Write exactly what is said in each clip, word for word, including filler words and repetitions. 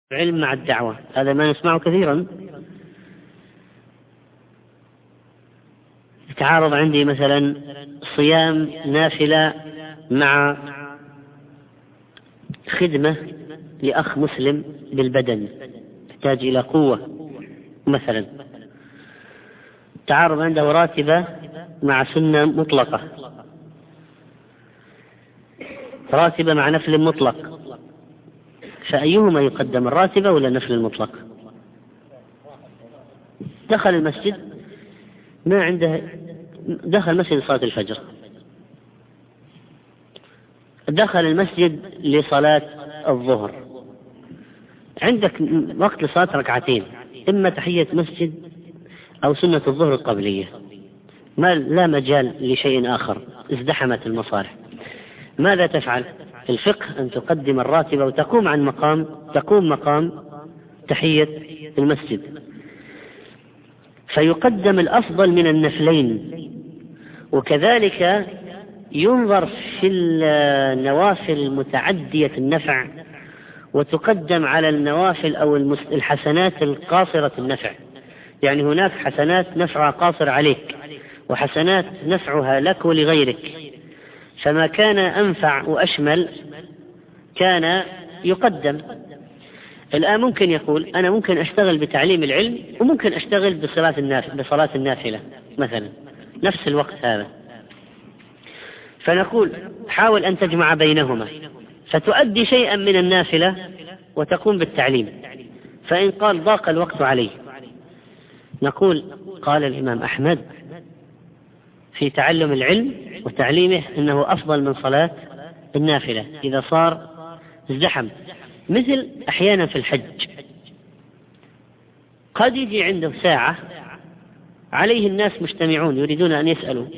العلم مع الدعوة، هذا ما نسمعه كثيرا. تعارض عندي مثلا صيام نافلة مع خدمة لأخ مسلم بالبدن يحتاج إلى قوة مثلا. تعارض عنده راتبة مع سنة مطلقة، راتبة مع نفل مطلق، فأيهما يقدم، الراتبة ولا النفل المطلق؟ دخل المسجد ما عنده، دخل المسجد لصلاة الفجر، دخل المسجد لصلاة الظهر، عندك وقت لصلاة ركعتين، إما تحية مسجد أو سنة الظهر القبلية، ما لا مجال لشيء آخر، ازدحمت المصالح. ماذا تفعل؟ في الفقه أن تقدم الراتبة وتقوم عن مقام تقوم مقام تحية المسجد، فيقدم الأفضل من النفلين. وكذلك ينظر في النوافل المتعدية النفع وتقدم على النوافل أو الحسنات القاصرة النفع، يعني هناك حسنات نفعها قاصر عليك وحسنات نفعها لك ولغيرك، فما كان أنفع وأشمل كان يقدم. الآن ممكن يقول أنا ممكن أشتغل بتعليم العلم وممكن أشتغل بصلاة النافلة, بصلاة النافلة مثلا نفس الوقت هذا، فنقول حاول أن تجمع بينهما فتؤدي شيئا من النافلة وتقوم بالتعليم. فإن قال ضاق الوقت عليه، نقول قال الإمام أحمد في تعلم العلم وتعليمه إنه أفضل من صلاة النافلة إذا صار ازدحم. مثل أحيانا في الحج قد يجي عنده ساعة عليه الناس مجتمعون يريدون أن يسألوا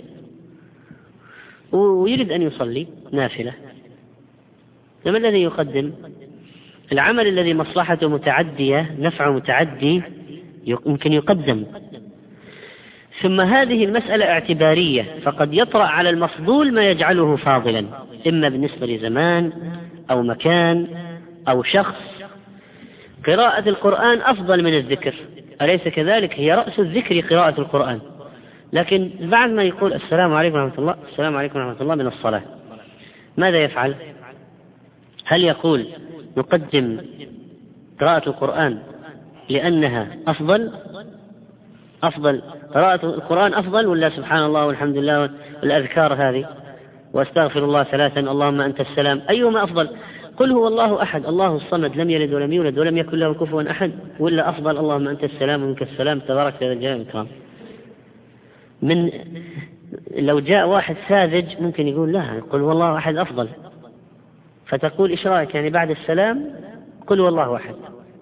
ويريد أن يصلي نافلة، فما الذي يقدم؟ العمل الذي مصلحته متعدية نفعه متعدي يمكن يقدم. ثم هذه المسألة اعتبارية، فقد يطرأ على المفضول ما يجعله فاضلا، إما بالنسبة لزمان أو مكان أو شخص. قراءة القرآن أفضل من الذكر، أليس كذلك؟ هي رأس الذكر قراءة القرآن، لكن بعد ما يقول السلام عليكم ورحمة الله السلام عليكم ورحمة الله من الصلاة، ماذا يفعل؟ هل يقول نقدم قراءة القرآن لأنها أفضل أفضل قراءة القرآن أفضل، ولا سبحان الله والحمد لله والأذكار هذه واستغفر الله ثلاثا اللهم أنت السلام، أيهما أفضل؟ قل هو الله أحد الله الصمد لم يلد ولم يولد ولم يكن له كفوا أحد، ولا أفضل اللهم أنت السلام ومنك السلام تبارك يا ذا الجلال والإكرام؟ من لو جاء واحد ساذج ممكن يقول لا قل هو الله أحد أفضل، فتقول إيش رأيك يعني بعد السلام قل هو الله أحد؟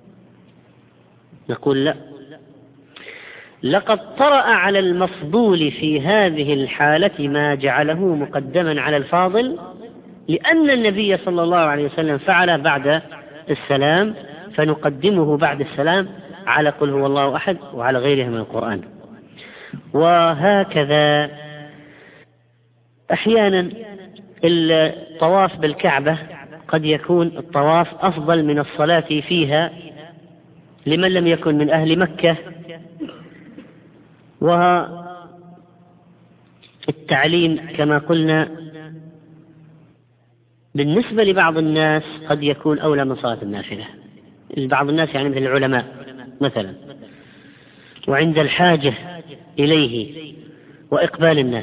نقول لا، لقد طرأ على المفضول في هذه الحالة ما جعله مقدما على الفاضل، لأن النبي صلى الله عليه وسلم فعل بعد السلام، فنقدمه بعد السلام على قل هو الله أحد وعلى غيرها من القرآن. وهكذا أحيانا الطواف بالكعبة قد يكون الطواف أفضل من الصلاة فيها لمن لم يكن من أهل مكة. والتعليم كما قلنا بالنسبة لبعض الناس قد يكون أولى من صلاة النافلة، بعض الناس يعني مثل العلماء مثلا، وعند الحاجة إليه وإقبال الناس.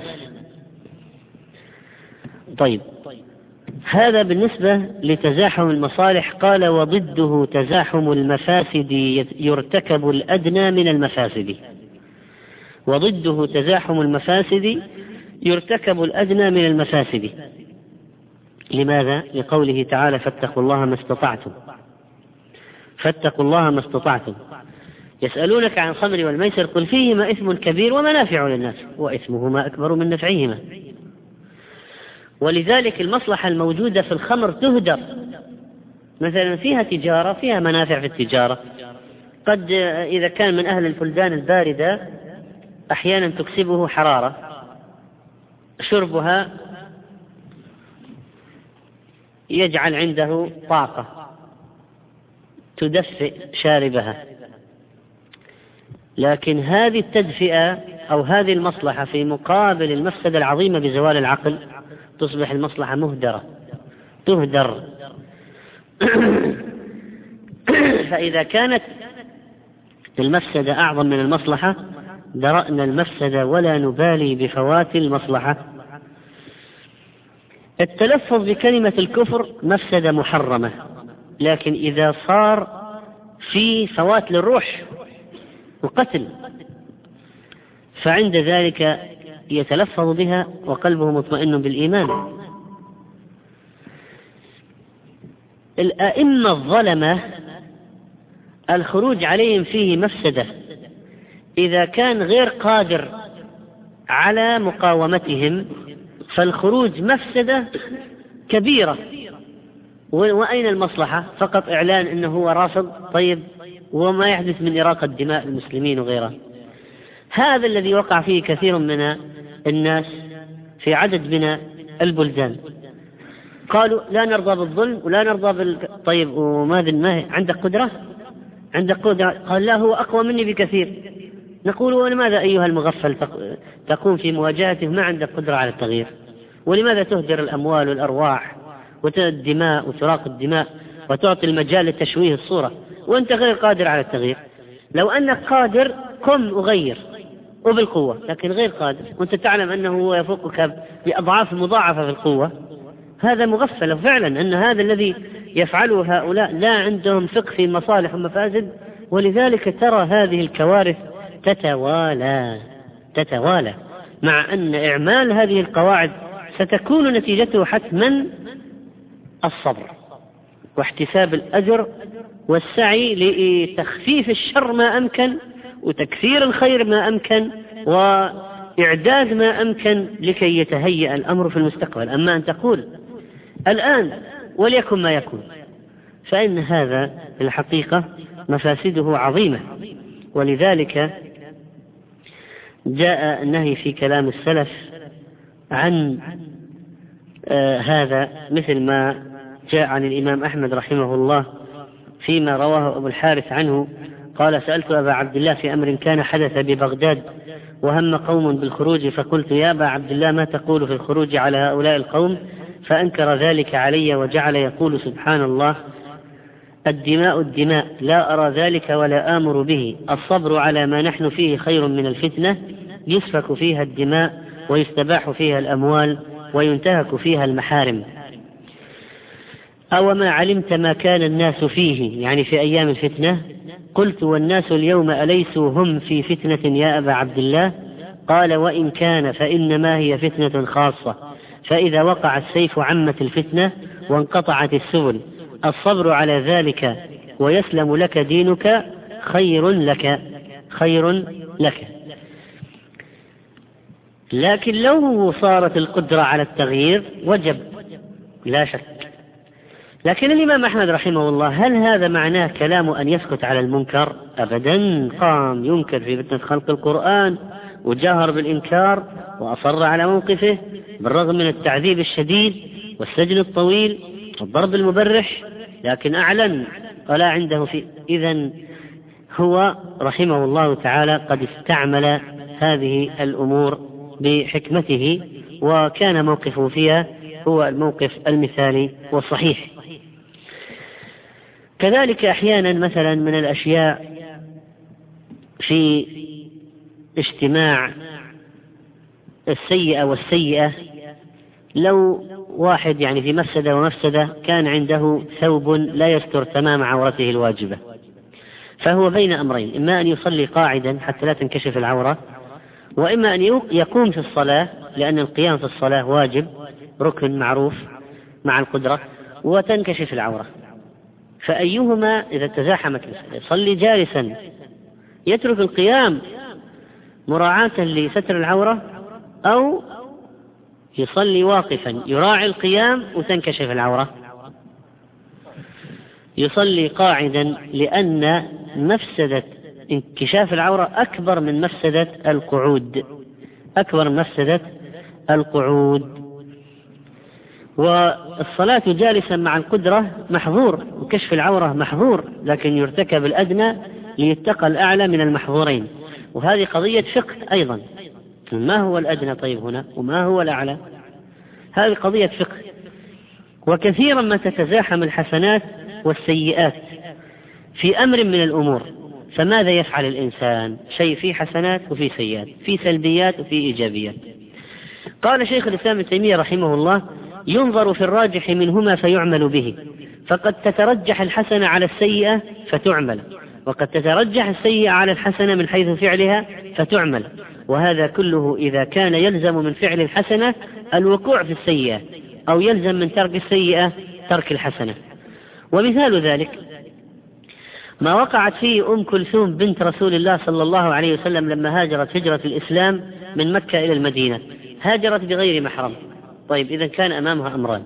طيب هذا بالنسبة لتزاحم المصالح. قال وضده تزاحم المفاسد يرتكب الأدنى من المفاسد، وضده تزاحم المفاسد يرتكب الأدنى من المفاسد. لماذا؟ لقوله تعالى فاتقوا الله ما استطعتم، فاتقوا الله ما استطعتم. يسألونك عن الخمر والميسر قل فيهما إثم كبير ومنافع للناس وإثمهما أكبر من نفعهما. ولذلك المصلحة الموجودة في الخمر تهدر، مثلا فيها تجارة، فيها منافع في التجارة، قد إذا كان من أهل البلدان الباردة أحيانا تكسبه حرارة، شربها يجعل عنده طاقة، تدفئ شاربها، لكن هذه التدفئة أو هذه المصلحة في مقابل المفسدة العظيمة بزوال العقل تصبح المصلحة مهدرة تهدر. فإذا كانت المفسدة أعظم من المصلحة درأنا المفسدة ولا نبالي بفوات المصلحة. التلفظ بكلمة الكفر مفسدة محرمة، لكن إذا صار في فوات للروح وقتل فعند ذلك يتلفظ بها وقلبه مطمئن بالإيمان. الأئمة الظلمة الخروج عليهم فيه مفسدة إذا كان غير قادر على مقاومتهم، فالخروج مفسدة كبيرة. وأين المصلحة؟ فقط إعلان أنه هو رافض، طيب، وما يحدث من إراقة دماء المسلمين وغيرها. هذا الذي وقع فيه كثير من الناس في عدد من البلدان، قالوا لا نرضى بالظلم ولا نرضى بال... طيب وماذا ما عندك قدرة؟ عندك قدرة؟ قال لا، هو أقوى مني بكثير. نقول ولماذا أيها المغفل تقوم في مواجهته ما عندك قدرة على التغيير؟ ولماذا تهدر الأموال والأرواح والدماء وتراق الدماء وتعطي المجال لتشويه الصورة وأنت غير قادر على التغيير؟ لو أنك قادر قم وغير وبالقوة، لكن غير قادر وأنت تعلم أنه هو يفوقك بأضعاف مضاعفة في القوة، هذا مغفل فعلا. أن هذا الذي يفعله هؤلاء لا عندهم فقه في مصالح ومفاسد، ولذلك ترى هذه الكوارث تتوالى تتوالى مع أن إعمال هذه القواعد ستكون نتيجته حتما الصبر واحتساب الأجر والسعي لتخفيف الشر ما أمكن وتكثير الخير ما أمكن وإعداد ما أمكن لكي يتهيأ الأمر في المستقبل. أما أن تقول الآن وليكن ما يكون، فإن هذا في الحقيقة مفاسده عظيمة. ولذلك جاء النهي في كلام السلف عن آه هذا، مثل ما جاء عن الإمام أحمد رحمه الله فيما رواه أبو الحارث عنه قال: سألت أبا عبد الله في أمر كان حدث ببغداد وهم قوم بالخروج، فقلت: يا أبا عبد الله ما تقول في الخروج على هؤلاء القوم؟ فأنكر ذلك علي وجعل يقول: سبحان الله، الدماء الدماء، لا أرى ذلك ولا آمر به، الصبر على ما نحن فيه خير من الفتنة، يسفك فيها الدماء ويستباح فيها الأموال وينتهك فيها المحارم. أو ما علمت ما كان الناس فيه، يعني في أيام الفتنة؟ قلت: والناس اليوم أليسوا هم في فتنة يا أبا عبد الله؟ قال: وإن كان فإنما هي فتنة خاصة، فإذا وقع السيف عمت الفتنة وانقطعت السبل، الصبر على ذلك ويسلم لك دينك خير لك خير لك. لكن لو صارت القدرة على التغيير وجب لا شك. لكن الإمام أحمد رحمه الله هل هذا معناه كلامه أن يسكت على المنكر؟ أبدا، قام ينكر في فتنة خلق القرآن وجاهر بالإنكار وأصر على موقفه بالرغم من التعذيب الشديد والسجن الطويل والضرب المبرح، لكن أعلن ولا عنده في. إذن هو رحمه الله تعالى قد استعمل هذه الأمور بحكمته، وكان موقفه فيها هو الموقف المثالي والصحيح. كذلك أحيانا مثلا من الأشياء في اجتماع السيئة والسيئة، لو واحد يعني في مفسدة ومفسدة كان عنده ثوب لا يستر تمام عورته الواجبة، فهو بين أمرين: إما أن يصلي قاعدا حتى لا تنكشف العورة، وإما أن يقوم في الصلاة، لأن القيام في الصلاة واجب ركن معروف مع القدرة، وتنكشف العورة. فأيهما إذا تزاحمت؟ يصلي جالسا يترك القيام مراعاة لستر العورة، أو يصلي واقفا يراعي القيام وتنكشف العورة؟ يصلي قاعدا، لأن مفسدة انكشاف العورة أكبر من مفسدة القعود أكبر من مفسدة القعود والصلاة جالسا مع القدرة محظور، وكشف العورة محظور، لكن يرتكب الأدنى ليتقى الأعلى من المحظورين. وهذه قضية فقه أيضا، ما هو الأدنى طيب هنا وما هو الأعلى؟ هذه قضية فقه. وكثيرا ما تتزاحم الحسنات والسيئات في أمر من الأمور، فماذا يفعل الإنسان؟ شيء فيه حسنات وفيه سيئات، فيه سلبيات وفيه إيجابيات. قال شيخ الإسلام ابن تيمية رحمه الله: ينظر في الراجح منهما فيعمل به، فقد تترجح الحسنة على السيئة فتعمل، وقد تترجح السيئة على الحسنة من حيث فعلها فتعمل، وهذا كله إذا كان يلزم من فعل الحسنة الوقوع في السيئة، أو يلزم من ترك السيئة ترك الحسنة. ومثال ذلك ما وقعت فيه أم كلثوم بنت رسول الله صلى الله عليه وسلم لما هاجرت هجرة الإسلام من مكة إلى المدينة، هاجرت بغير محرم. طيب إذا كان أمامها أمران: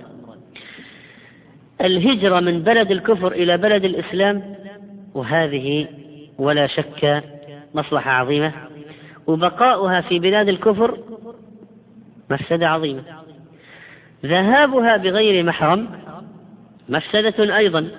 الهجرة من بلد الكفر إلى بلد الإسلام، وهذه ولا شك مصلحة عظيمة، وبقاؤها في بلاد الكفر مفسدة عظيمة. ذهابها بغير محرم مفسدة أيضا،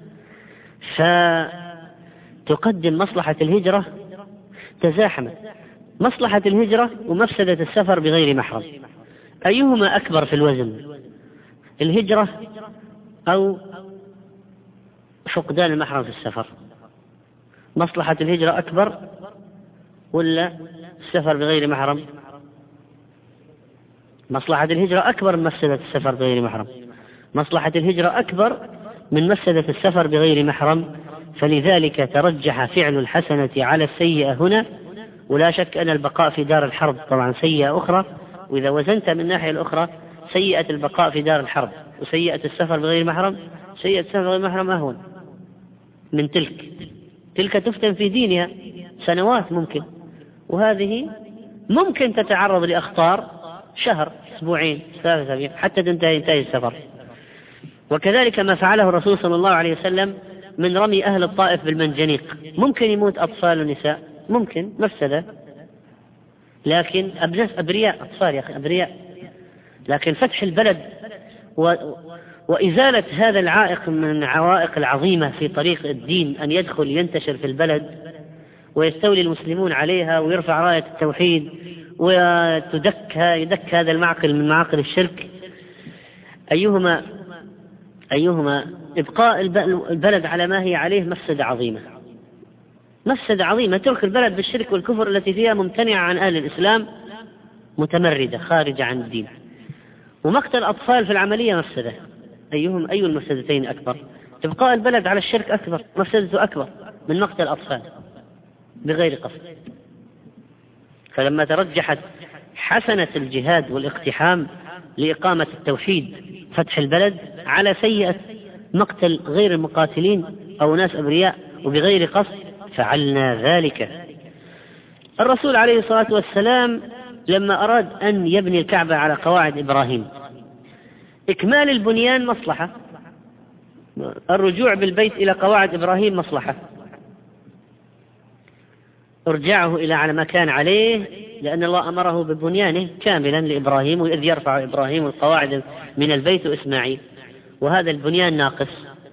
فتقدم مصلحة الهجرة، تزاحمت مصلحة الهجرة ومفسدة السفر بغير محرم، أيهما أكبر في الوزن؟ الهجرة أو فقدان المحرم في السفر؟ مصلحة الهجرة أكبر ولا السفر بغير محرم؟ مصلحة الهجرة أكبر من مفسدة السفر بغير محرم، مصلحة الهجرة أكبر من مفسدة السفر بغير محرم، فلذلك ترجح فعل الحسنة على السيئة هنا. ولا شك أن البقاء في دار الحرب طبعا سيئة أخرى، وإذا وزنت من الناحية الأخرى سيئة البقاء في دار الحرب وسيئة السفر بغير محرم، سيئة السفر بغير محرم أهون من تلك. تلك تفتن في دينها سنوات ممكن، وهذه ممكن تتعرض لأخطار شهر، أسبوعين، ثلاثة أسابيع، حتى تنتهي ينتهي السفر. وكذلك ما فعله الرسول صلى الله عليه وسلم من رمي أهل الطائف بالمنجنيق، ممكن يموت أطفال ونساء، ممكن مفسدة، لكن أبرياء، أطفال يا أخي أبرياء، لكن فتح البلد و... وإزالة هذا العائق من العوائق العظيمة في طريق الدين، أن يدخل ينتشر في البلد ويستولي المسلمون عليها ويرفع راية التوحيد وتدك يدك هذا المعقل من معاقل الشرك، أيهما أيهما إبقاء البلد على ما هي عليه مفسدة عظيمة، مفسدة عظيمة. ترك البلد بالشرك والكفر التي فيها ممتنعة عن أهل الإسلام، متمردة خارجة عن الدين. ومقتل الأطفال في العملية مفسدة، أيهم أي المفسدتين أكبر؟ إبقاء البلد على الشرك أكبر، مفسدته أكبر من مقتل الأطفال بغير قصد. فلما ترجحت حسنة الجهاد والاقتحام لإقامة التوحيد فتح البلد على سيئة مقتل غير المقاتلين أو ناس أبرياء وبغير قصد، فعلنا ذلك. الرسول عليه الصلاة والسلام لما أراد أن يبني الكعبة على قواعد إبراهيم، إكمال البنيان مصلحة، الرجوع بالبيت إلى قواعد إبراهيم مصلحة، ارجعه إلى على ما كان عليه، لأن الله أمره ببنيانه كاملا لإبراهيم، وإذ يرفع إبراهيم القواعد من البيت وإسماعيل، وهذا البنيان ناقص.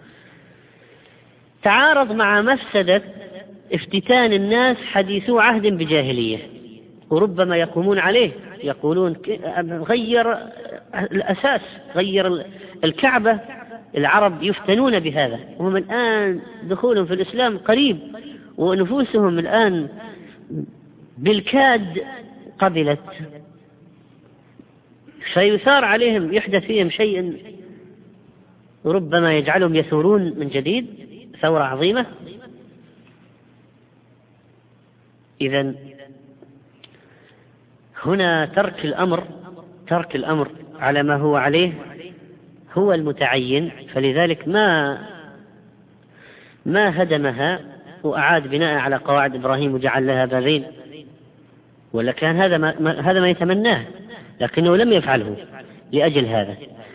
تعارض مع مفسدة افتتان الناس حديثو عهد بجاهلية، وربما يقومون عليه يقولون غير الأساس، غير الكعبة. العرب يفتنون بهذا، وهم الآن دخولهم في الإسلام قريب، ونفوسهم الآن بالكاد قبلت، فيثار عليهم يحدث فيهم شيء ربما يجعلهم يثورون من جديد ثورة عظيمة. إذن هنا ترك الأمر ترك الأمر على ما هو عليه هو المتعين، فلذلك ما ما هدمها وأعاد بناء على قواعد إبراهيم وجعل لها بابين، ولا كان هذا ما هذا ما يتمناه، لكنه لم يفعله لأجل هذا.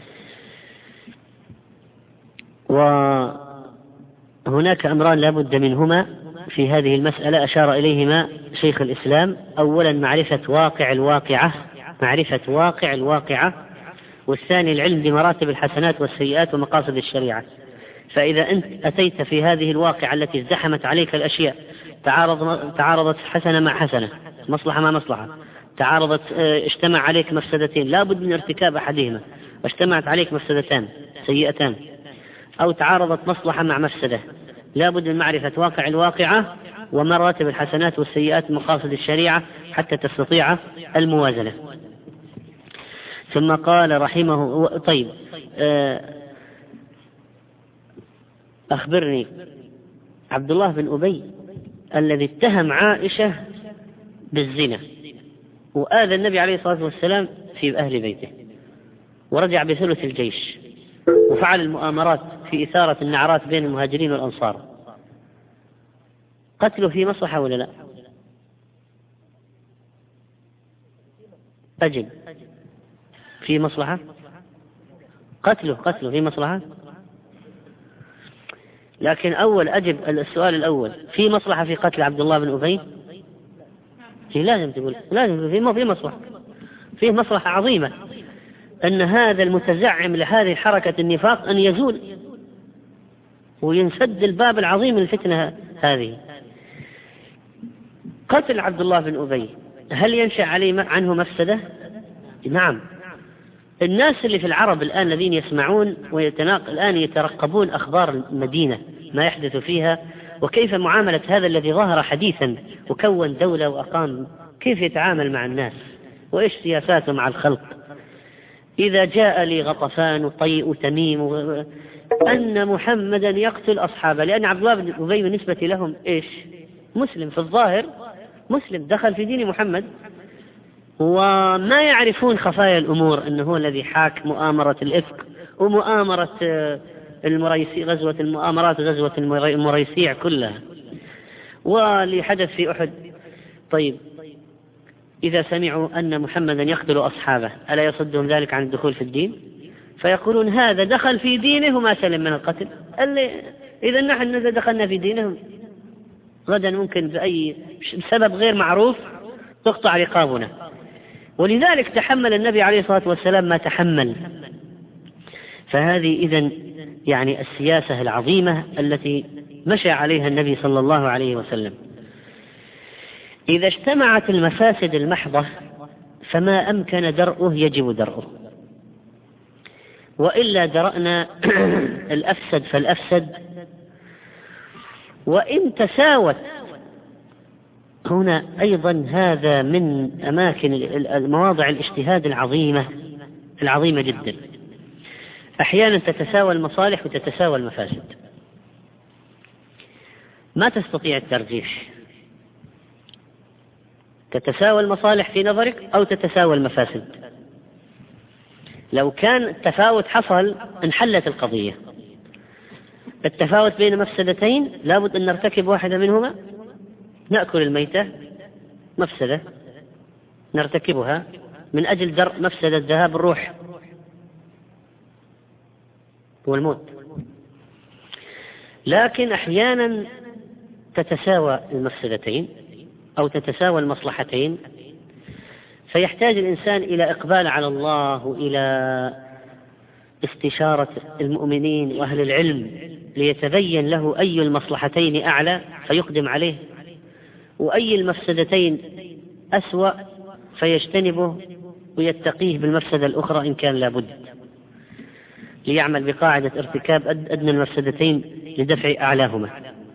وهناك أمران لا بد منهما في هذه المسألة أشار إليهما شيخ الإسلام: أولا معرفة واقع الواقعة معرفة واقع الواقعة والثاني العلم بمراتب الحسنات والسيئات ومقاصد الشريعة. فإذا أنت أتيت في هذه الواقعة التي ازدحمت عليك الأشياء، تعارض تعارضت حسنة مع حسنة، مصلحة مع مصلحة، تعارضت اجتمع عليك مفسدتين لا بد من ارتكاب أحدهما، واجتمعت عليك مفسدتان سيئتان، أو تعارضت مصلحة مع مفسدة، لا بد من معرفة واقع الواقعة ومراتب الحسنات والسيئات مقاصد الشريعة حتى تستطيع الموازنة. ثم قال رحمه طيب أخبرني عبد الله بن أبي الذي اتهم عائشة بالزنا وآذى النبي عليه الصلاة والسلام في أهل بيته، ورجع بثلث الجيش، وفعل المؤامرات في إثارة النعرات بين المهاجرين والأنصار، قتله في مصلحة ولا لا؟ أجل، في مصلحة قتله قتله في مصلحة. لكن أول أجب السؤال الأول، في مصلحة في قتل عبد الله بن أبي؟ لازم تقول لازم في في مصلحة، فيه مصلحة عظيمة أن هذا المتزعم لهذه حركة النفاق أن يزول وينسد الباب العظيم للفتنة هذه. قتل عبد الله بن أبي هل ينشأ عليه عنه مفسدة؟ نعم. الناس اللي في العرب الآن الذين يسمعون ويتناق الآن يترقبون أخبار المدينة ما يحدث فيها، وكيف معاملة هذا الذي ظهر حديثا وكون دولة وأقام، كيف يتعامل مع الناس وإيش سياساته مع الخلق. إذا جاء لي غطفان وطيء وتميم و... أن محمدا يقتل أصحابه، لأن عبد الله بن أبي بالنسبة لهم إيش؟ مسلم في الظاهر، مسلم دخل في دين محمد، وما يعرفون خفايا الأمور أنه هو الذي حاك مؤامرة الإفك ومؤامرة المريسي، غزوة المؤامرات غزوة المريسيع كلها واللي حدث في أحد. طيب إذا سمعوا أن محمدا يقتل أصحابه ألا يصدهم ذلك عن الدخول في الدين؟ فيقولون هذا دخل في دينه وما سلم من القتل. إذا نحن إذا دخلنا في دينهم غدا ممكن بأي سبب غير معروف تقطع رقابنا. ولذلك تحمل النبي عليه الصلاة والسلام ما تحمل. فهذه إذن يعني السياسة العظيمة التي مشى عليها النبي صلى الله عليه وسلم. إذا اجتمعت المفاسد المحضة فما أمكن درءه يجب درءه، وإلا درأنا الأفسد فالأفسد. وإن تساوت هنا أيضا هذا من أماكن المواضع الاجتهاد العظيمة العظيمة جدا. أحيانا تتساوى المصالح وتتساوى المفاسد، ما تستطيع الترجيح، تتساوى المصالح في نظرك أو تتساوى المفاسد. لو كان التفاوت حصل انحلت القضية. التفاوت بين مفسدتين لابد أن نرتكب واحدة منهما، نأكل الميتة مفسدة نرتكبها من أجل درء مفسدة ذهاب الروح والموت. لكن أحيانا تتساوى المفسدتين أو تتساوى المصلحتين، فيحتاج الإنسان إلى إقبال على الله وإلى استشارة المؤمنين وأهل العلم ليتبين له أي المصلحتين أعلى فيقدم عليه، وأي المفسدتين أسوأ فيجتنبه ويتقيه بالمفسدة الأخرى إن كان لابد، ليعمل بقاعدة ارتكاب أدنى المفسدتين لدفع أعلاهما.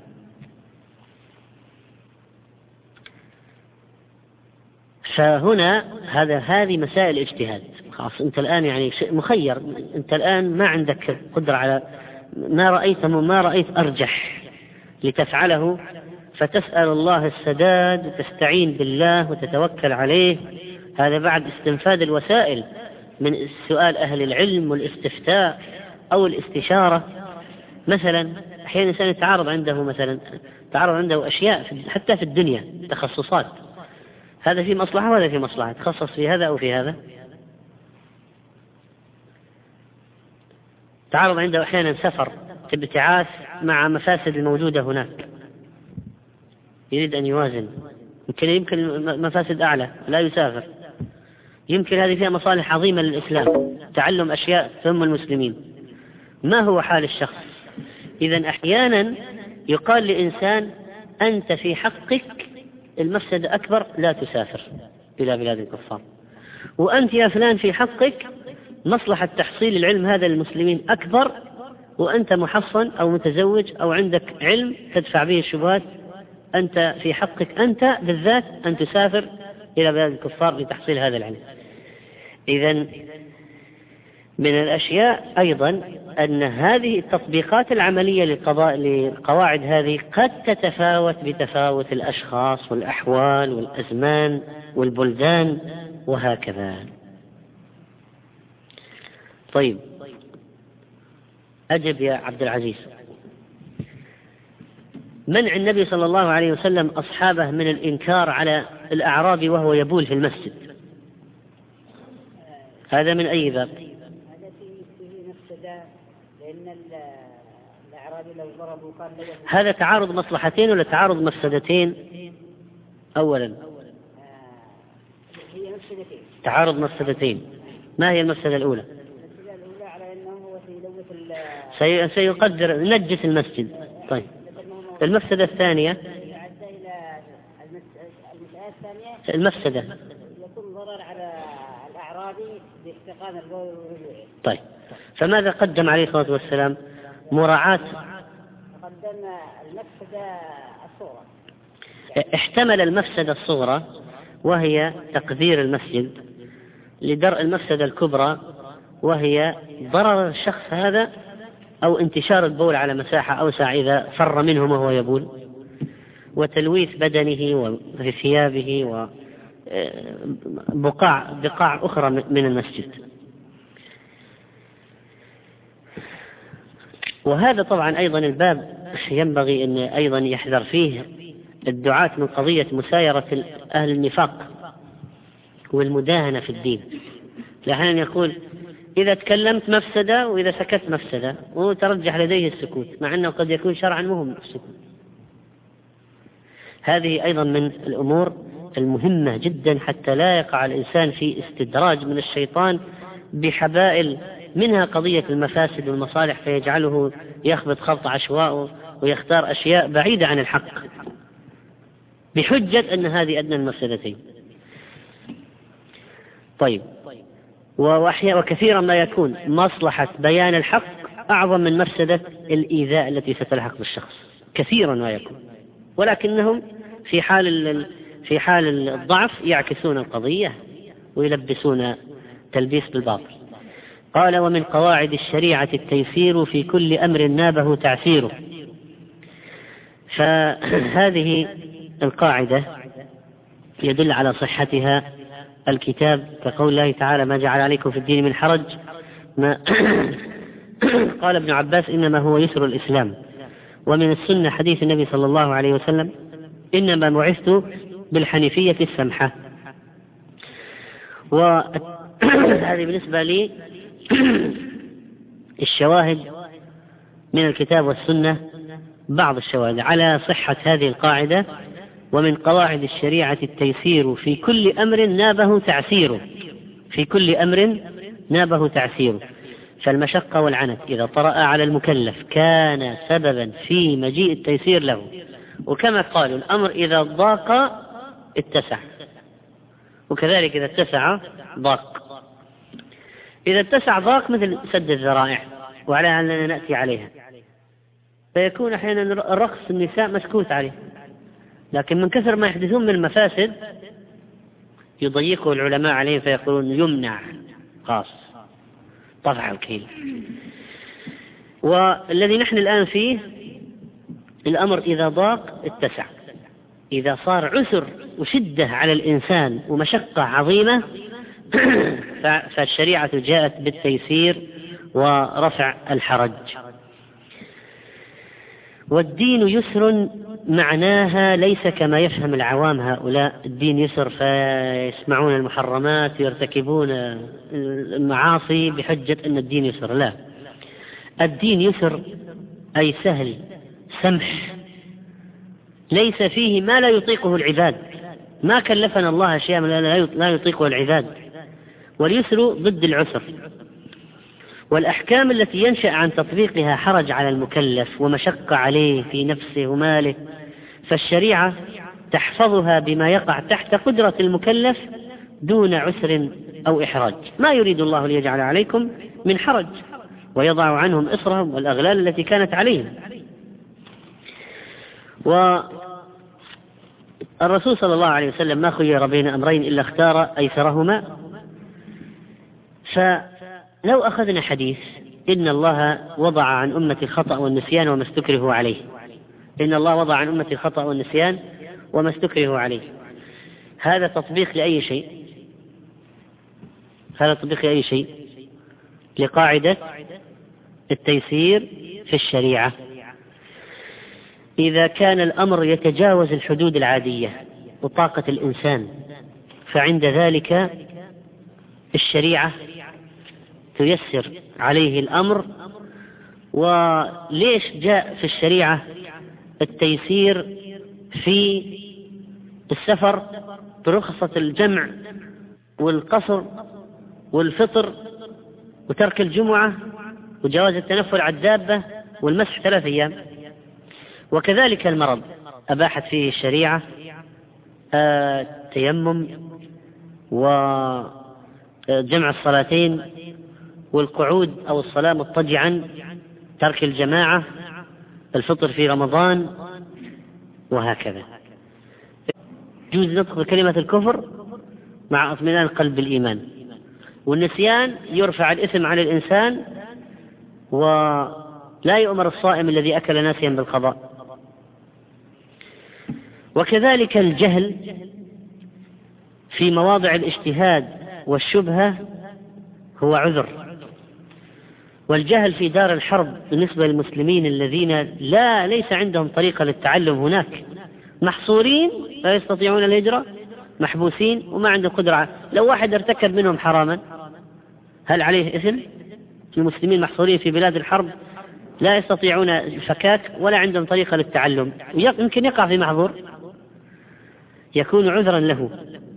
فهنا هذا هذه مسائل اجتهاد. خلاص أنت الآن يعني مخير، أنت الآن ما عندك قدرة على ما رأيت ما رأيت أرجح لتفعله، فتسأل الله السداد وتستعين بالله وتتوكل عليه. هذا بعد استنفاذ الوسائل من سؤال أهل العلم والاستفتاء أو الاستشارة. مثلا أحيانا الإنسان يتعارض عنده مثلا تعارض عنده أشياء حتى في الدنيا تخصصات، هذا في مصلحة وهذا في مصلحة، تخصص في هذا أو في هذا. تعارض عنده أحيانا سفر ابتعاث مع مفاسد الموجودة هناك، يريد أن يوازن، يمكن يمكن مفاسد أعلى لا يسافر، يمكن هذه فيها مصالح عظيمة للإسلام، تعلم أشياء تهم المسلمين. ما هو حال الشخص؟ إذن أحيانا يقال لإنسان أنت في حقك المفسدة أكبر، لا تسافر إلى بلاد الكفار، وأنت يا فلان في حقك مصلحة تحصيل العلم هذا للمسلمين أكبر، وأنت محصن أو متزوج أو عندك علم تدفع به الشبهات، أنت في حقك أنت بالذات أن تسافر إلى بلاد الكفار لتحصيل هذا العلم. إذن من الأشياء أيضا أن هذه التطبيقات العملية للقضاء للقواعد هذه قد تتفاوت بتفاوت الأشخاص والأحوال والأزمان والبلدان وهكذا. طيب، أجب يا عبد العزيز. منع النبي صلى الله عليه وسلم أصحابه من الإنكار على الأعرابي وهو يبول في المسجد، هذا من أي باب؟ هذا فيه مفسدة، لأن الأعرابي لو ضربوا قال له هذا تعارض مصلحتين ولا تعارض مفسدتين؟ أولا هي مفسدتين، تعارض مفسدتين. ما هي المفسدة الأولى؟ المفسدة الأولى على أنه هو سيلوث سيقدر نجس المسجد. طيب، المفسدة الثانية يعد إلى المسألة الثانية، المفسدة يكون ضرر على الأعرابي باستقامة البول والرجوع. طيب، فماذا قدم عليه الصلاة والسلام؟ مراعاة، قدم المفسدة الصغرى، احتمل المفسدة الصغرى وهي تقذير المسجد لدرء المفسدة الكبرى وهي ضرر الشخص هذا أو انتشار البول على مساحة أوسع إذا فر منه وهو يبول، وتلويث بدنه وفي ثيابه وبقاع بقاع أخرى من المسجد. وهذا طبعا أيضا الباب ينبغي أن أيضا يحذر فيه الدعاة من قضية مسايرة أهل النفاق والمداهنة في الدين. أحيانا يقول إذا تكلمت مفسدة وإذا سكت مفسدة، وترجح لديه السكوت مع أنه قد يكون شرعا مهم السكوت. هذه أيضا من الأمور المهمة جدا حتى لا يقع الإنسان في استدراج من الشيطان بحبائل منها قضية المفاسد والمصالح، فيجعله يخبط خبط عشواء ويختار أشياء بعيدة عن الحق بحجة أن هذه أدنى المفسدتين. طيب، وكثيرا ما يكون مصلحة بيان الحق أعظم من مفسدة الإيذاء التي ستلحق بالشخص، كثيرا ما يكون، ولكنهم في حال في حال الضعف يعكسون القضية ويلبسون تلبيس بالباطل. قال: ومن قواعد الشريعة التيسير في كل أمر نابه تعسيره. فهذه القاعدة يدل على صحتها الكتاب كقول الله تعالى: ما جعل عليكم في الدين من حرج. ما قال ابن عباس: إنما هو يسر الإسلام. ومن السنة حديث النبي صلى الله عليه وسلم: إنما بعثت بالحنيفية السمحة. وهذه بالنسبة لي الشواهد من الكتاب والسنة، بعض الشواهد على صحة هذه القاعدة: ومن قواعد الشريعة التيسير في كل أمر نابه تعسيره. في كل أمر نابه تعسيره، فالمشقة والعنت إذا طرأ على المكلف كان سببا في مجيء التيسير له. وكما قالوا: الأمر إذا ضاق اتسع، وكذلك إذا اتسع ضاق. إذا اتسع ضاق مثل سد الذرائع، وعلى أننا نأتي عليها، فيكون أحيانا الرقص النساء مسكوت عليه، لكن من كثر ما يحدثون من المفاسد يضيقه العلماء عليه فيقولون يمنع خاص، طفع الكيل. والذي نحن الآن فيه الأمر إذا ضاق اتسع، إذا صار عسر وشدة على الإنسان ومشقة عظيمة فالشريعة جاءت بالتيسير ورفع الحرج. والدين يسر معناها ليس كما يفهم العوام هؤلاء: الدين يسر فيسمعون المحرمات ويرتكبون المعاصي بحجة أن الدين يسر. لا، الدين يسر أي سهل سمح، ليس فيه ما لا يطيقه العباد. ما كلفنا الله أشياء لا يطيقه العباد، واليسر ضد العسر. والأحكام التي ينشأ عن تطبيقها حرج على المكلف ومشقة عليه في نفسه وماله، فالشريعة تحفظها بما يقع تحت قدرة المكلف دون عسر أو إحراج. ما يريد الله ليجعل عليكم من حرج ويضع عنهم إصرهم والأغلال التي كانت عليهم. والرسول صلى الله عليه وسلم ما خير بين أمرين إلا اختار أيسرهما. فلو أخذنا حديث إن الله وضع عن أمة الخطأ والنسيان وما استكرهوا عليه، إن الله وضع عن أمة الخطأ والنسيان وما استكرهوا عليه، هذا تطبيق لأي شيء؟ هذا تطبيق لأي شيء؟ لقاعدة التيسير في الشريعة. إذا كان الأمر يتجاوز الحدود العادية وطاقة الإنسان، فعند ذلك الشريعة تيسر عليه الأمر. وليش جاء في الشريعة التيسير في السفر برخصة الجمع والقصر والفطر وترك الجمعة وجواز التنفل على الدابة والمسح ثلاث أيام؟ وكذلك المرض أباحت فيه الشريعة التيمم وجمع الصلاتين والقعود أو الصلاة مضطجعا، ترك الجماعة، الفطر في رمضان، وهكذا. يجوز نطق بكلمة الكفر مع اطمئنان القلب بالإيمان. والنسيان يرفع الإثم عن الإنسان، ولا يؤمر الصائم الذي أكل ناسيا بالقضاء. وكذلك الجهل في مواضع الاجتهاد والشبهة هو عذر. والجهل في دار الحرب بالنسبة للمسلمين الذين لا ليس عندهم طريقة للتعلم هناك، محصورين لا يستطيعون الهجرة، محبوسين وما عندهم قدرة. لو واحد ارتكب منهم حراما هل عليه إثم؟ المسلمين محصورين في بلاد الحرب لا يستطيعون الفكاك ولا عندهم طريقة للتعلم، يمكن يقع في معذور يكون عذرا له.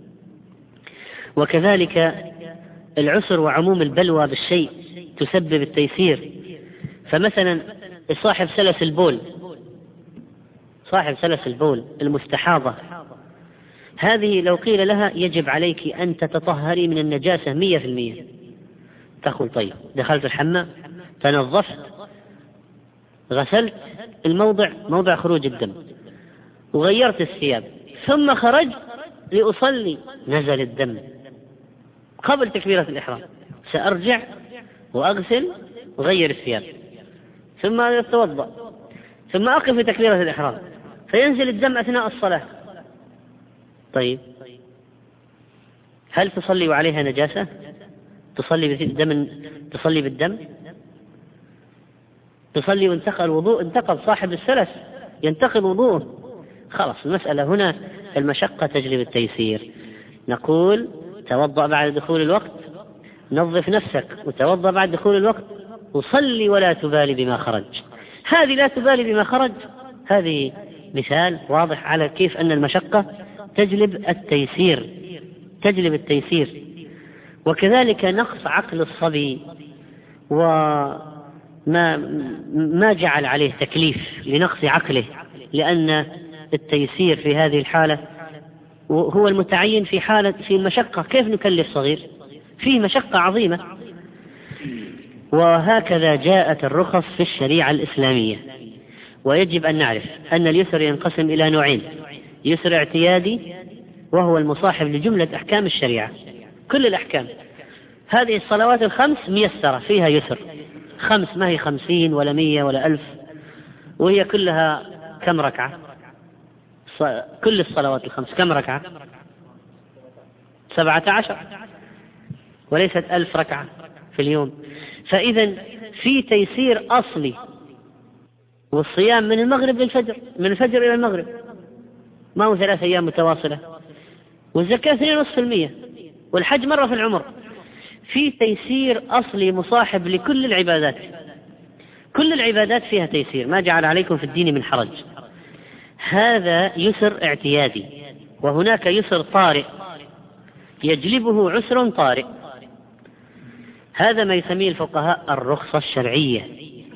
وكذلك العسر وعموم البلوى بالشيء تسبب التيسير. فمثلا صاحب سلس البول، صاحب سلس البول المستحاضة، هذه لو قيل لها يجب عليك أن تتطهري من النجاسة مية في المية، تقول طيب دخلت الحمام تنظفت غسلت الموضع موضع خروج الدم وغيرت الثياب ثم خرجت لأصلي نزل الدم قبل تكبيرة الإحرام، سأرجع وأغسل وغير الثياب ثم أتوضأ ثم أقف في تكبيرة الإحرام فينزل الدم أثناء الصلاة. طيب هل تصلي وعليها نجاسة؟ تصلي بالدم؟ تصلي بالدم؟ تصلي وانتقل وضوء، انتقل صاحب السلس ينتقل وضوءه، خلاص المسألة هنا المشقة تجلب التيسير. نقول توضأ بعد دخول الوقت، نظف نفسك وتوضأ بعد دخول الوقت، وصلي ولا تبالي بما خرج. هذه لا تبالي بما خرج هذه مثال واضح على كيف أن المشقة تجلب التيسير تجلب التيسير. وكذلك نقص عقل الصبي وما ما جعل عليه تكليف لنقص عقله، لأن التيسير في هذه الحالة هو المتعين في حالة في المشقة. كيف نكلف صغير؟ فيه مشقة عظيمة. وهكذا جاءت الرخص في الشريعة الإسلامية. ويجب أن نعرف أن اليسر ينقسم إلى نوعين: يسر اعتيادي وهو المصاحب لجملة أحكام الشريعة، كل الأحكام. هذه الصلوات الخمس ميسرة فيها يسر، خمس ما هي خمسين ولا مية ولا ألف، وهي كلها كم ركعة؟ كل الصلوات الخمس كم ركعة؟ سبعة عشر، وليست ألف ركعة في اليوم. فإذا في تيسير أصلي. والصيام من المغرب للفجر، من الفجر إلى المغرب، ما هو ثلاث أيام متواصلة. والزكاة اثنين ونصف المية، والحج مرة في العمر. في تيسير أصلي مصاحب لكل العبادات، كل العبادات فيها تيسير، ما جعل عليكم في الدين من حرج. هذا يسر اعتيادي. وهناك يسر طارئ يجلبه عسر طارئ. هذا ما يسميه الفقهاء الرخصة الشرعية،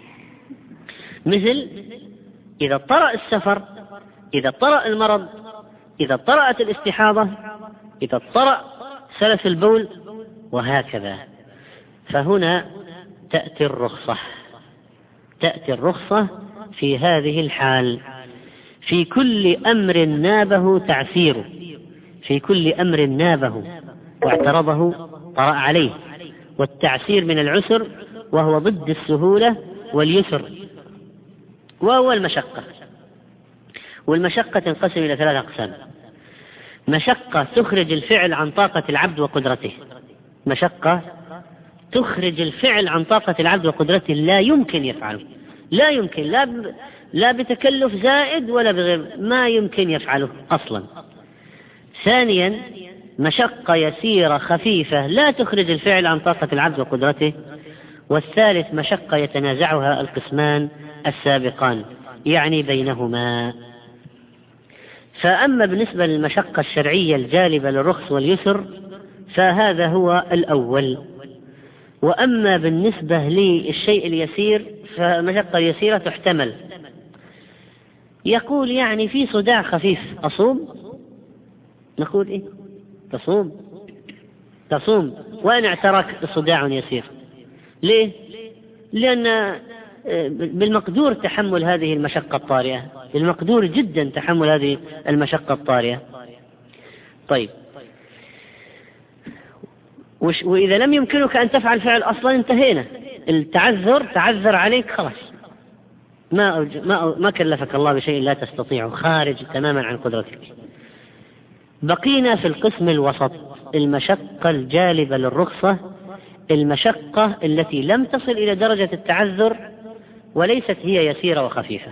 مثل إذا طرأ السفر، إذا طرأ المرض، إذا طرأت الاستحاضة، إذا طرأ سلس البول، وهكذا. فهنا تأتي الرخصة، تأتي الرخصة في هذه الحال في كل أمر نابه تعسيره، في كل أمر نابه واعترضه طرأ عليه. والتعسير من العسر، وهو ضد السهولة واليسر، وهو المشقة. والمشقة تنقسم إلى ثلاث أقسام: مشقة تخرج الفعل عن طاقة العبد وقدرته، مشقة تخرج الفعل عن طاقة العبد وقدرته، لا يمكن يفعله، لا يمكن، لا ب... لا بتكلف زائد ولا بغير، ما يمكن يفعله أصلا. ثانيا مشقة يسيرة خفيفة لا تخرج الفعل عن طاقة العبد وقدرته. والثالث مشقة يتنازعها القسمان السابقان، يعني بينهما. فأما بالنسبة للمشقة الشرعية الجالبة للرخص واليسر فهذا هو الأول. وأما بالنسبة للشيء اليسير فالمشقة اليسيرة تحتمل. يقول يعني في صداع خفيف أصوم؟ نقول إيه؟ تصوم تصوم وإن اعترك صداع يسير. ليه؟ لأن بالمقدور تحمل هذه المشقة الطارئة، بالمقدور جدا تحمل هذه المشقة الطارئة. طيب، وإذا لم يمكنك أن تفعل فعل أصلا انتهينا، التعذر تعذر عليك خلاص، ما ما ما كلفك الله بشيء لا تستطيعه، خارج تماما عن قدرتك. بقينا في القسم الوسط، المشقة الجالبة للرخصة، المشقة التي لم تصل إلى درجة التعذر وليست هي يسيرة وخفيفة.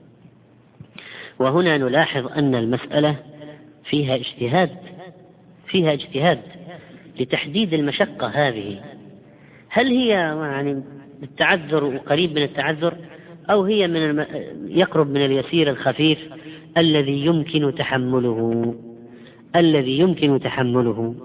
وهنا نلاحظ أن المسألة فيها اجتهاد، فيها اجتهاد لتحديد المشقة هذه، هل هي يعني التعذر وقريب من التعذر، أو هي من الم... يقرب من اليسير الخفيف الذي يمكن تحمله، الذي يمكن تحمله.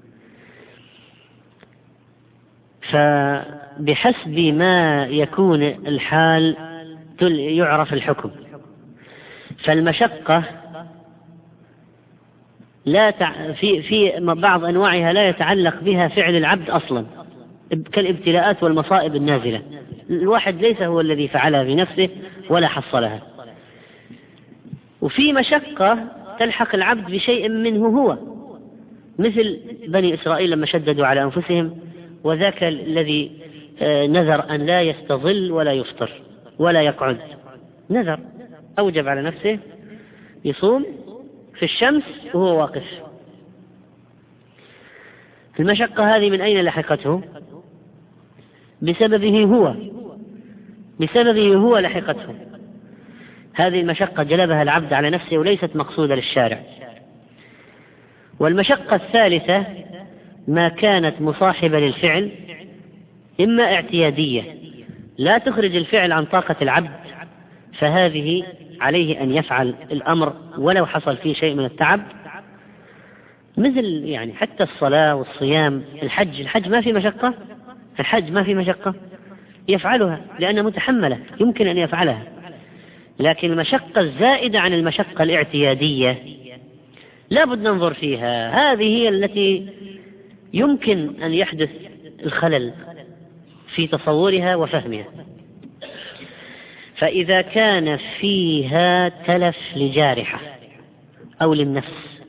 فبحسب ما يكون الحال يعرف الحكم. فالمشقة لا تع... في في بعض أنواعها لا يتعلق بها فعل العبد أصلا، كالابتلاءات والمصائب النازلة، الواحد ليس هو الذي فعلها بنفسه ولا حصلها. وفي مشقة تلحق العبد بشيء منه هو، مثل بني إسرائيل لما شددوا على أنفسهم، وذاك الذي نذر أن لا يستظل ولا يفطر ولا يقعد، نذر أوجب على نفسه يصوم في الشمس وهو واقف. المشقة هذه من أين لحقته؟ بسببه هو، بسببه هو لحقته. هذه المشقة جلبها العبد على نفسه وليست مقصودة للشارع. والمشقة الثالثة ما كانت مصاحبة للفعل، إما اعتيادية لا تخرج الفعل عن طاقة العبد، فهذه عليه أن يفعل الأمر ولو حصل فيه شيء من التعب، مثل يعني حتى الصلاة والصيام، الحج، الحج ما في مشقة، الحج ما في مشقة، يفعلها لأنها متحملة يمكن أن يفعلها. لكن المشقة الزائدة عن المشقة الاعتيادية لا بد ننظر فيها، هذه هي التي يمكن أن يحدث الخلل في تصورها وفهمها. فإذا كان فيها تلف لجارحة أو للنفس،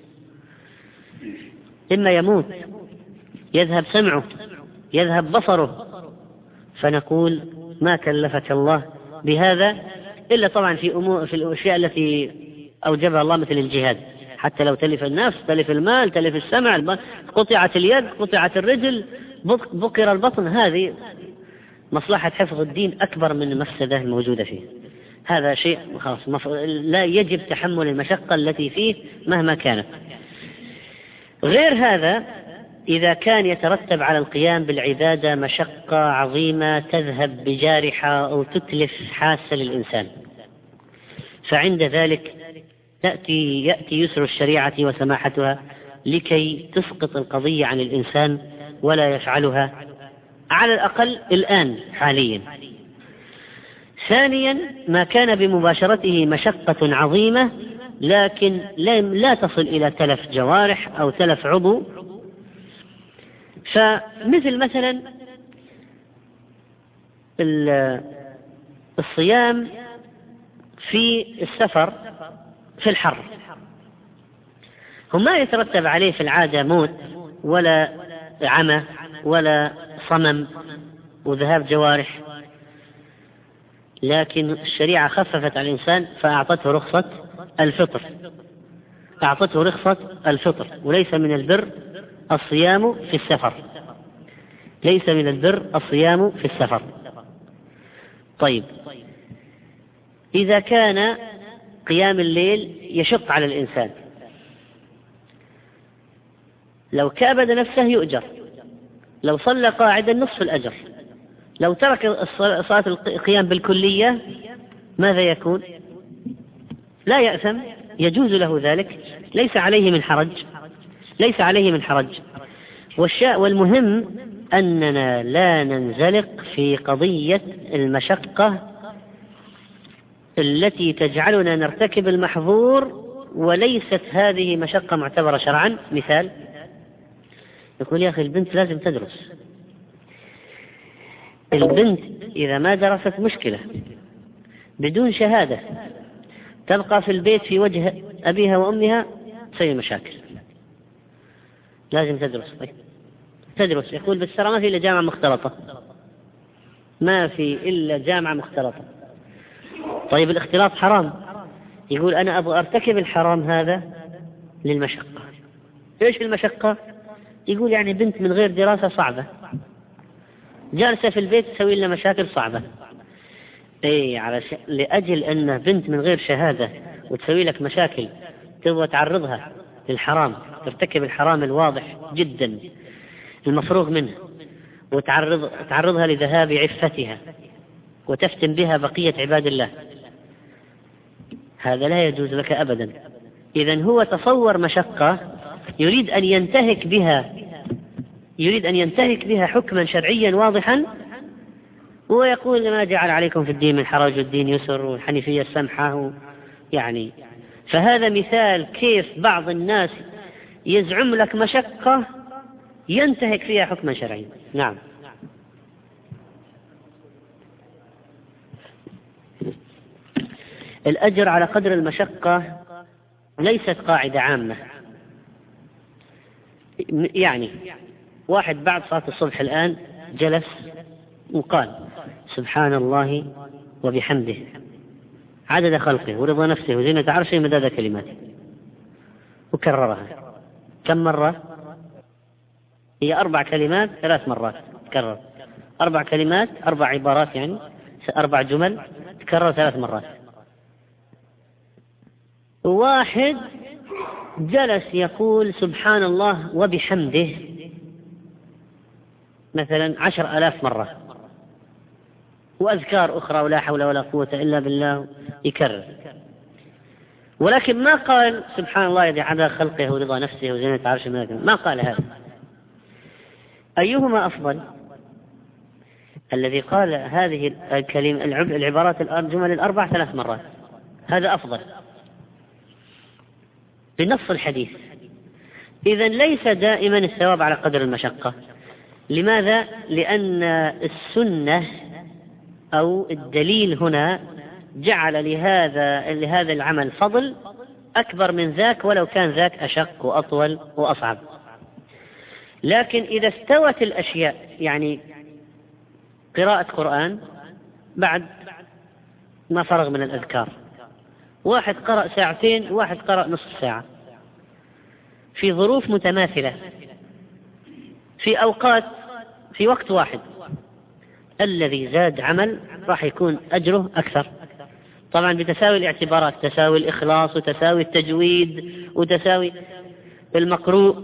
إما يموت، يذهب سمعه، يذهب بصره، فنقول ما كلفك الله بهذا، إلا طبعا في أمور في الأشياء التي أوجبها الله مثل الجهاد، حتى لو تلف النفس، تلف المال، تلف السمع، قطعت اليد، قطعت الرجل، بقر البطن، هذه مصلحة حفظ الدين أكبر من المفسدة الموجودة فيه. هذا شيء خلاص مف... لا يجب تحمل المشقة التي فيه مهما كانت. غير هذا إذا كان يترتب على القيام بالعبادة مشقة عظيمة تذهب بجارحة أو تتلف حاسة للإنسان، فعند ذلك تأتي يأتي يسر الشريعة وسماحتها لكي تسقط القضية عن الإنسان ولا يفعلها على الأقل الآن حاليا. ثانيا ما كان بمباشرته مشقة عظيمة لكن لا تصل إلى تلف جوارح أو تلف عضو، فمثل مثلا الصيام في السفر في الحر، وما يترتب عليه في العادة موت ولا عمى ولا صمم وذهاب جوارح، لكن الشريعة خففت على الإنسان فأعطته رخصة الفطر، أعطته رخصة الفطر. وليس من البر الصيام في السفر، ليس من البر الصيام في السفر. طيب، إذا كان قيام الليل يشق على الإنسان، لو كابد نفسه يؤجر، لو صلى قاعدا نصف الأجر، لو ترك صلاة القيام بالكلية ماذا يكون؟ لا يأثم، يجوز له ذلك، ليس عليه من حرج، ليس عليه من حرج. والمهم أننا لا ننزلق في قضية المشقة التي تجعلنا نرتكب المحظور وليست هذه مشقة معتبرة شرعا. مثال، يقول يا أخي البنت لازم تدرس، البنت إذا ما درست مشكلة، بدون شهادة تبقى في البيت في وجه أبيها وأمها تسوي مشاكل، لازم تدرس. طيب تدرس، يقول بس ترى ما في إلا جامعة مختلطة، ما في إلا جامعة مختلطة. طيب الاختلاط حرام، يقول أنا أبغى أرتكب الحرام هذا للمشقة. إيش المشقة؟ يقول يعني بنت من غير دراسة صعبة، جالسة في البيت تسوي لنا مشاكل صعبة. إيه، على ش... لأجل أن بنت من غير شهادة وتسوي لك مشاكل تبغى تعرضها للحرام، ترتكب الحرام الواضح جدا المفروغ منه، وتعرض تعرضها لذهاب عفتها وتفتن بها بقية عباد الله، هذا لا يجوز لك أبدا. إذن هو تصور مشقة يريد أن ينتهك بها يريد أن ينتهك بها حكما شرعيا واضحا، ويقول ما جعل عليكم في الدين من حرج والدين يسر والحنيفية السمحة، يعني فهذا مثال كيف بعض الناس يزعم لك مشقة ينتهك فيها حكما شرعيا. نعم. الأجر على قدر المشقة ليست قاعدة عامة. يعني واحد بعد صلاة الصبح الآن جلس وقال سبحان الله وبحمده عدد خلقه ورضا نفسه وزينة عرشه مداد كلماته، وكررها كم مرة؟ هي أربع كلمات ثلاث مرات تكرر، أربع كلمات أربع عبارات، يعني أربع جمل تكرر ثلاث مرات. واحد جلس يقول سبحان الله وبحمده مثلا عشر آلاف مرة، وأذكار أخرى ولا حول ولا قوة إلا بالله يكرر، ولكن ما قال سبحان الله الذي عدا خلقه ورضا نفسه وزينة عرشه، ما قال هذا. أيهما أفضل؟ الذي قال هذه الكلمة العبارات الجمل الأربع ثلاث مرات، هذا أفضل بنص الحديث. إذن ليس دائما الثواب على قدر المشقة. لماذا؟ لأن السنة أو الدليل هنا جعل لهذا لهذا العمل فضل أكبر من ذاك ولو كان ذاك أشق وأطول وأصعب. لكن إذا استوت الأشياء، يعني قراءة قرآن بعد ما فرغ من الأذكار، واحد قرأ ساعتين واحد قرأ نصف ساعة في ظروف متماثلة في أوقات في وقت واحد، الذي زاد عمل راح يكون أجره أكثر، طبعا بتساوي الاعتبارات، تساوي الإخلاص وتساوي التجويد وتساوي المقروء،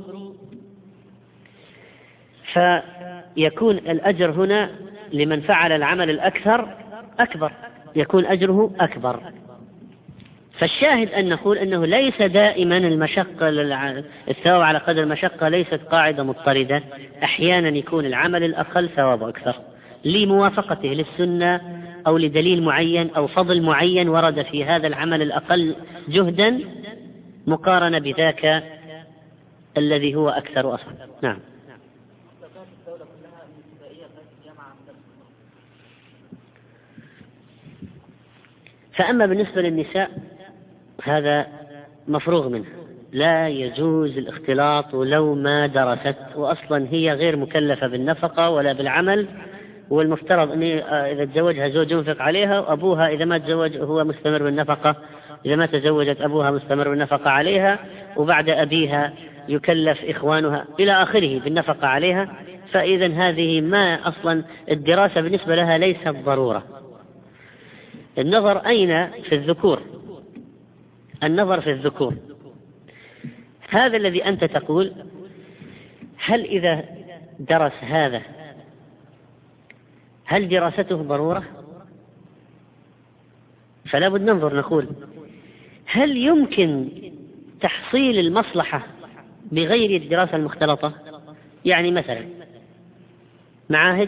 فيكون الأجر هنا لمن فعل العمل الأكثر أكبر، يكون أجره أكبر. فالشاهد أن نقول أنه ليس دائما المشقة الثواب على قدر المشقة ليست قاعدة مضطردة، أحيانا يكون العمل الأقل ثواب أكثر لموافقته للسنة أو لدليل معين أو فضل معين ورد في هذا العمل الأقل جهدا مقارنة بذاك الذي هو أكثر أصلا. نعم. فأما بالنسبة للنساء هذا مفروغ منه، لا يجوز الاختلاط ولو ما درست، وأصلا هي غير مكلفة بالنفقة ولا بالعمل، والمفترض أن إذا تزوجها زوج ينفق عليها، وأبوها إذا ما تزوج هو مستمر بالنفقة، إذا ما تزوجت أبوها مستمر بالنفقة عليها، وبعد أبيها يكلف إخوانها إلى آخره بالنفقة عليها. فإذا هذه ما أصلا الدراسة بالنسبة لها ليست ضرورة. النظر أين؟ في الذكور، النظر في الذكور. هذا الذي أنت تقول هل إذا درس هذا هل دراسته ضرورة؟ فلا بد ننظر نقول هل يمكن تحصيل المصلحة بغير الدراسة المختلطة؟ يعني مثلا معاهد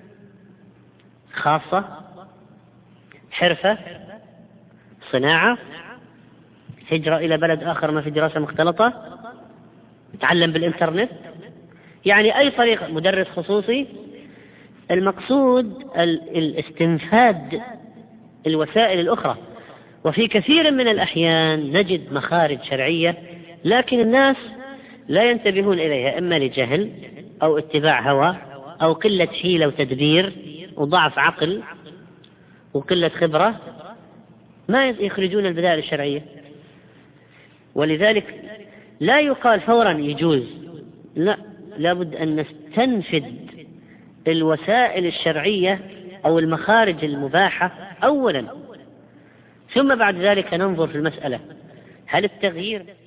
خاصة، حرفة، صناعة، هجرة إلى بلد آخر ما في دراسة مختلطة، تعلم بالإنترنت، يعني أي طريقة، مدرس خصوصي. المقصود الاستنفاد الوسائل الأخرى. وفي كثير من الأحيان نجد مخارج شرعية لكن الناس لا ينتبهون إليها، إما لجهل أو اتباع هوى أو قلة حيلة وتدبير وضعف عقل وقلة خبرة، ما يخرجون البدائل الشرعية. ولذلك لا يقال فورا يجوز، لا، لابد أن نستنفد الوسائل الشرعية أو المخارج المباحة أولا، ثم بعد ذلك ننظر في المسألة هل التغيير